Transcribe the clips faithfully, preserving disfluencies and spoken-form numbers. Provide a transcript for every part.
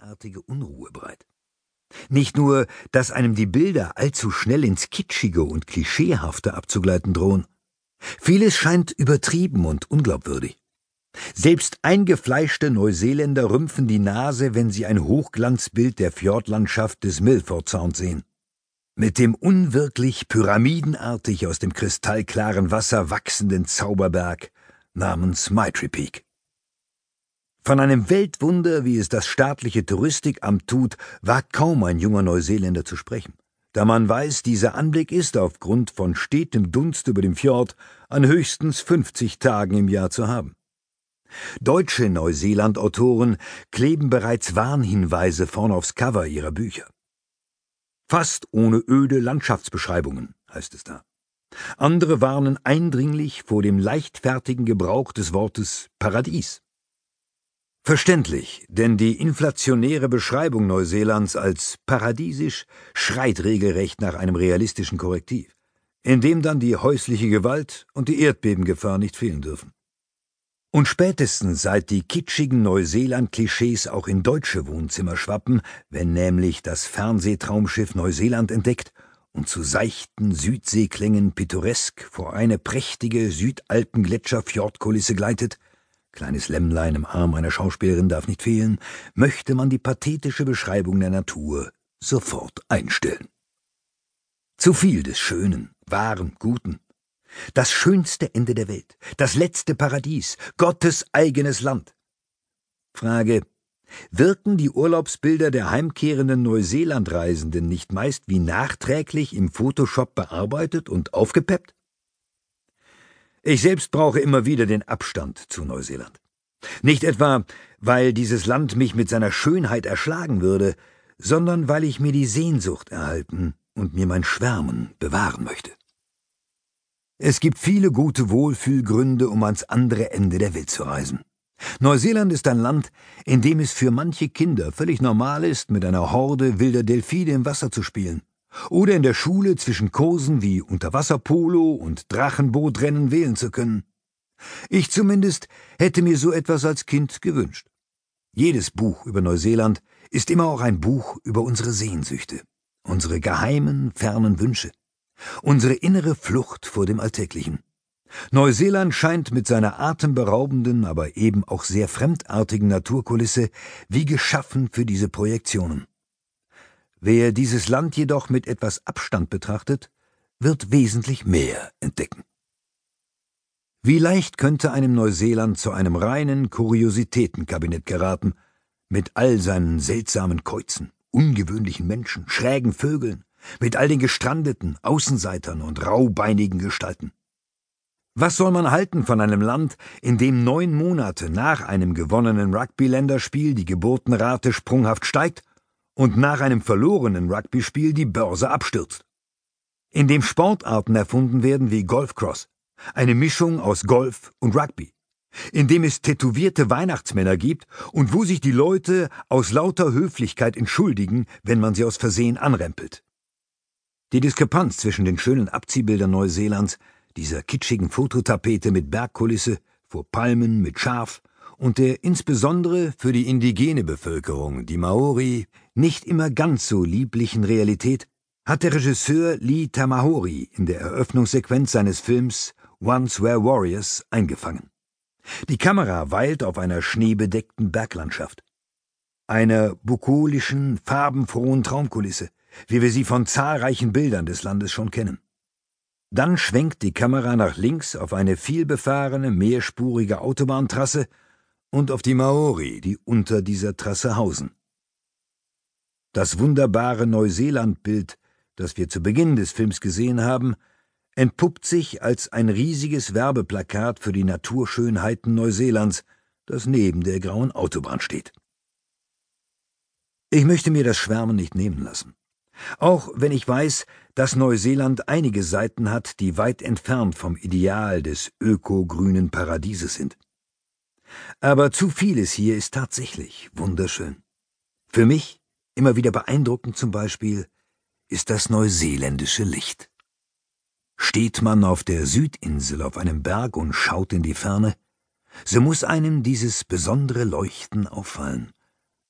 eigenartige Unruhe breit. Nicht nur, dass einem die Bilder allzu schnell ins Kitschige und Klischeehafte abzugleiten drohen. Vieles scheint übertrieben und unglaubwürdig. Selbst eingefleischte Neuseeländer rümpfen die Nase, wenn sie ein Hochglanzbild der Fjordlandschaft des Milford Sound sehen. Mit dem unwirklich pyramidenartig aus dem kristallklaren Wasser wachsenden Zauberberg namens Maitre Peak. Von einem Weltwunder, wie es das staatliche Touristikamt tut, wagt kaum ein junger Neuseeländer zu sprechen, da man weiß, dieser Anblick ist aufgrund von stetem Dunst über dem Fjord an höchstens fünfzig Tagen im Jahr zu haben. Deutsche Neuseeland-Autoren kleben bereits Warnhinweise vorn aufs Cover ihrer Bücher. Fast ohne öde Landschaftsbeschreibungen, heißt es da. Andere warnen eindringlich vor dem leichtfertigen Gebrauch des Wortes Paradies. Verständlich, denn die inflationäre Beschreibung Neuseelands als paradiesisch schreit regelrecht nach einem realistischen Korrektiv, in dem dann die häusliche Gewalt und die Erdbebengefahr nicht fehlen dürfen. Und spätestens seit die kitschigen Neuseeland-Klischees auch in deutsche Wohnzimmer schwappen, wenn nämlich das Fernsehtraumschiff Neuseeland entdeckt und zu seichten Südseeklängen pittoresk vor eine prächtige Südalpengletscher-Fjordkulisse gleitet, kleines Lämmlein im Arm einer Schauspielerin darf nicht fehlen, möchte man die pathetische Beschreibung der Natur sofort einstellen. Zu viel des Schönen, Wahren, Guten. Das schönste Ende der Welt, das letzte Paradies, Gottes eigenes Land. Frage: Wirken die Urlaubsbilder der heimkehrenden Neuseelandreisenden nicht meist wie nachträglich im Photoshop bearbeitet und aufgepeppt? Ich selbst brauche immer wieder den Abstand zu Neuseeland. Nicht etwa, weil dieses Land mich mit seiner Schönheit erschlagen würde, sondern weil ich mir die Sehnsucht erhalten und mir mein Schwärmen bewahren möchte. Es gibt viele gute Wohlfühlgründe, um ans andere Ende der Welt zu reisen. Neuseeland ist ein Land, in dem es für manche Kinder völlig normal ist, mit einer Horde wilder Delfine im Wasser zu spielen oder in der Schule zwischen Kursen wie Unterwasserpolo und Drachenbootrennen wählen zu können. Ich zumindest hätte mir so etwas als Kind gewünscht. Jedes Buch über Neuseeland ist immer auch ein Buch über unsere Sehnsüchte, unsere geheimen, fernen Wünsche, unsere innere Flucht vor dem Alltäglichen. Neuseeland scheint mit seiner atemberaubenden, aber eben auch sehr fremdartigen Naturkulisse wie geschaffen für diese Projektionen. Wer dieses Land jedoch mit etwas Abstand betrachtet, wird wesentlich mehr entdecken. Wie leicht könnte einem Neuseeland zu einem reinen Kuriositätenkabinett geraten, mit all seinen seltsamen Käuzen, ungewöhnlichen Menschen, schrägen Vögeln, mit all den gestrandeten, Außenseitern und raubeinigen Gestalten. Was soll man halten von einem Land, in dem neun Monate nach einem gewonnenen Rugby-Länderspiel die Geburtenrate sprunghaft steigt und nach einem verlorenen Rugby-Spiel die Börse abstürzt? In dem Sportarten erfunden werden wie Golfcross, eine Mischung aus Golf und Rugby, in dem es tätowierte Weihnachtsmänner gibt und wo sich die Leute aus lauter Höflichkeit entschuldigen, wenn man sie aus Versehen anrempelt. Die Diskrepanz zwischen den schönen Abziehbildern Neuseelands, dieser kitschigen Fototapete mit Bergkulisse, vor Palmen mit Schaf und der insbesondere für die indigene Bevölkerung, die Maori, nicht immer ganz so lieblichen Realität, hat der Regisseur Lee Tamahori in der Eröffnungssequenz seines Films Once Were Warriors eingefangen. Die Kamera weilt auf einer schneebedeckten Berglandschaft, einer bukolischen, farbenfrohen Traumkulisse, wie wir sie von zahlreichen Bildern des Landes schon kennen. Dann schwenkt die Kamera nach links auf eine vielbefahrene, mehrspurige Autobahntrasse und auf die Maori, die unter dieser Trasse hausen. Das wunderbare Neuseeland-Bild, das wir zu Beginn des Films gesehen haben, entpuppt sich als ein riesiges Werbeplakat für die Naturschönheiten Neuseelands, das neben der grauen Autobahn steht. Ich möchte mir das Schwärmen nicht nehmen lassen. Auch wenn ich weiß, dass Neuseeland einige Seiten hat, die weit entfernt vom Ideal des öko-grünen Paradieses sind. Aber zu vieles hier ist tatsächlich wunderschön. Für mich, immer wieder beeindruckend zum Beispiel, ist das neuseeländische Licht. Steht man auf der Südinsel auf einem Berg und schaut in die Ferne, so muss einem dieses besondere Leuchten auffallen,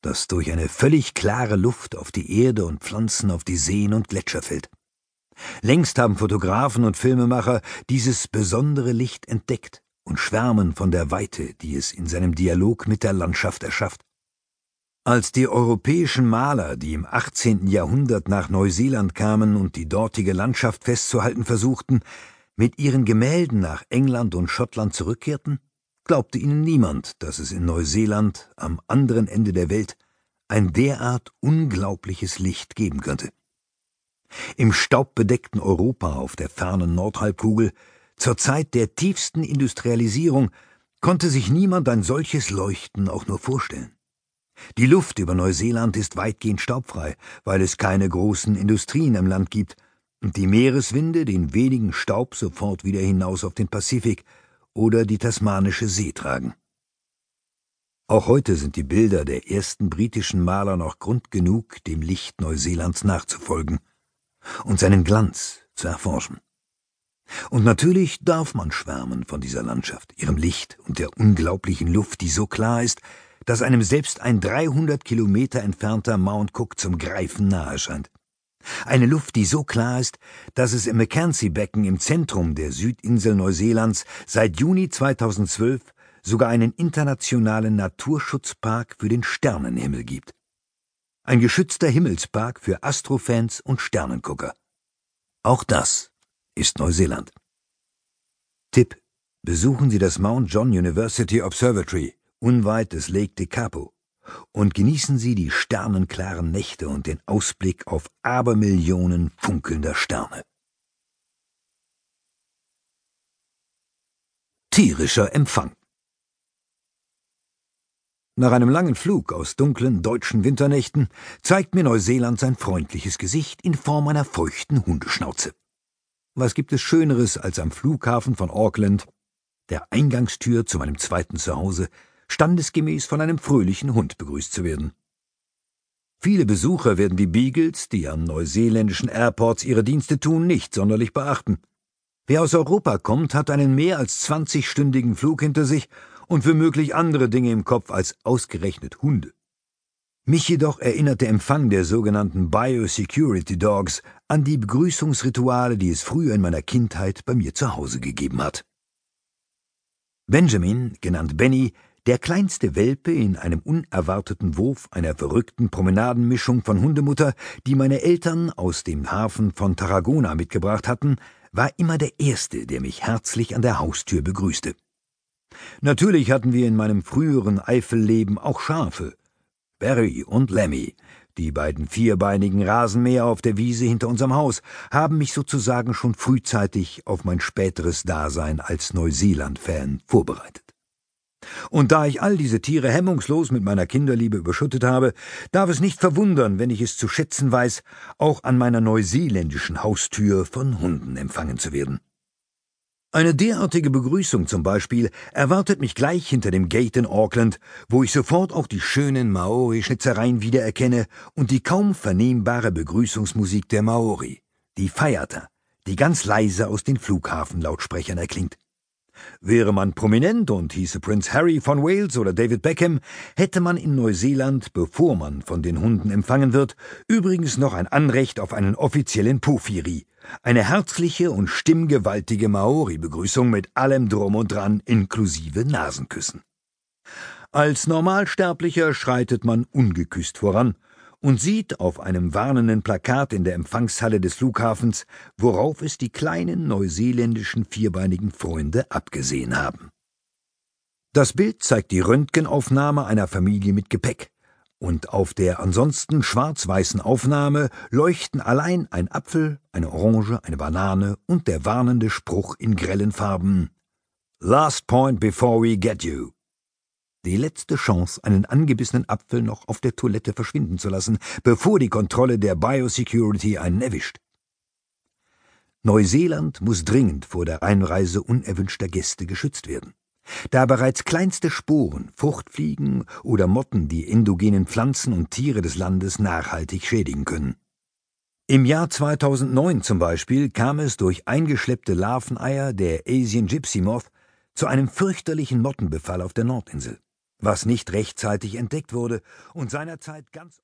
das durch eine völlig klare Luft auf die Erde und Pflanzen, auf die Seen und Gletscher fällt. Längst haben Fotografen und Filmemacher dieses besondere Licht entdeckt und schwärmen von der Weite, die es in seinem Dialog mit der Landschaft erschafft. Als die europäischen Maler, die im achtzehnten Jahrhundert nach Neuseeland kamen und die dortige Landschaft festzuhalten versuchten, mit ihren Gemälden nach England und Schottland zurückkehrten, glaubte ihnen niemand, dass es in Neuseeland, am anderen Ende der Welt, ein derart unglaubliches Licht geben könnte. Im staubbedeckten Europa auf der fernen Nordhalbkugel, zur Zeit der tiefsten Industrialisierung, konnte sich niemand ein solches Leuchten auch nur vorstellen. Die Luft über Neuseeland ist weitgehend staubfrei, weil es keine großen Industrien im Land gibt und die Meereswinde den wenigen Staub sofort wieder hinaus auf den Pazifik oder die Tasmanische See tragen. Auch heute sind die Bilder der ersten britischen Maler noch Grund genug, dem Licht Neuseelands nachzufolgen und seinen Glanz zu erforschen. Und natürlich darf man schwärmen von dieser Landschaft, ihrem Licht und der unglaublichen Luft, die so klar ist, dass einem selbst ein dreihundert Kilometer entfernter Mount Cook zum Greifen nahe scheint. Eine Luft, die so klar ist, dass es im Mackenzie-Becken im Zentrum der Südinsel Neuseelands seit Juni zweitausendzwölf sogar einen internationalen Naturschutzpark für den Sternenhimmel gibt. Ein geschützter Himmelspark für Astrofans und Sternengucker. Auch das ist Neuseeland. Tipp: Besuchen Sie das Mount John University Observatory unweit des Lake Tekapo und genießen Sie die sternenklaren Nächte und den Ausblick auf Abermillionen funkelnder Sterne. Tierischer Empfang. Nach einem langen Flug aus dunklen deutschen Winternächten zeigt mir Neuseeland sein freundliches Gesicht in Form einer feuchten Hundeschnauze. Was gibt es Schöneres, als am Flughafen von Auckland, der Eingangstür zu meinem zweiten Zuhause, standesgemäß von einem fröhlichen Hund begrüßt zu werden. Viele Besucher werden die Beagles, die am neuseeländischen Airports ihre Dienste tun, nicht sonderlich beachten. Wer aus Europa kommt, hat einen mehr als zwanzigstündigen Flug hinter sich und womöglich andere Dinge im Kopf als ausgerechnet Hunde. Mich jedoch erinnert der Empfang der sogenannten Biosecurity Dogs an die Begrüßungsrituale, die es früher in meiner Kindheit bei mir zu Hause gegeben hat. Benjamin, genannt Benny, der kleinste Welpe in einem unerwarteten Wurf einer verrückten Promenadenmischung von Hundemutter, die meine Eltern aus dem Hafen von Tarragona mitgebracht hatten, war immer der Erste, der mich herzlich an der Haustür begrüßte. Natürlich hatten wir in meinem früheren Eifelleben auch Schafe, Barry und Lemmy. Die beiden vierbeinigen Rasenmäher auf der Wiese hinter unserem Haus haben mich sozusagen schon frühzeitig auf mein späteres Dasein als Neuseeland-Fan vorbereitet. Und da ich all diese Tiere hemmungslos mit meiner Kinderliebe überschüttet habe, darf es nicht verwundern, wenn ich es zu schätzen weiß, auch an meiner neuseeländischen Haustür von Hunden empfangen zu werden. Eine derartige Begrüßung zum Beispiel erwartet mich gleich hinter dem Gate in Auckland, wo ich sofort auch die schönen Maori-Schnitzereien wiedererkenne und die kaum vernehmbare Begrüßungsmusik der Maori, die Whaiata, die ganz leise aus den Flughafenlautsprechern erklingt. Wäre man prominent und hieße Prinz Harry von Wales oder David Beckham, hätte man in Neuseeland, bevor man von den Hunden empfangen wird, übrigens noch ein Anrecht auf einen offiziellen Pofiri, eine herzliche und stimmgewaltige Maori-Begrüßung mit allem Drum und Dran inklusive Nasenküssen. Als Normalsterblicher schreitet man ungeküsst voran und sieht auf einem warnenden Plakat in der Empfangshalle des Flughafens, worauf es die kleinen neuseeländischen vierbeinigen Freunde abgesehen haben. Das Bild zeigt die Röntgenaufnahme einer Familie mit Gepäck, und auf der ansonsten schwarz-weißen Aufnahme leuchten allein ein Apfel, eine Orange, eine Banane und der warnende Spruch in grellen Farben: Last point before we get you. Die letzte Chance, einen angebissenen Apfel noch auf der Toilette verschwinden zu lassen, bevor die Kontrolle der Biosecurity einen erwischt. Neuseeland muss dringend vor der Einreise unerwünschter Gäste geschützt werden, da bereits kleinste Sporen, Fruchtfliegen oder Motten die endogenen Pflanzen und Tiere des Landes nachhaltig schädigen können. Im Jahr zweitausendneun zum Beispiel kam es durch eingeschleppte Larveneier der Asian Gypsy Moth zu einem fürchterlichen Mottenbefall auf der Nordinsel. was nicht rechtzeitig entdeckt wurde und seinerzeit ganz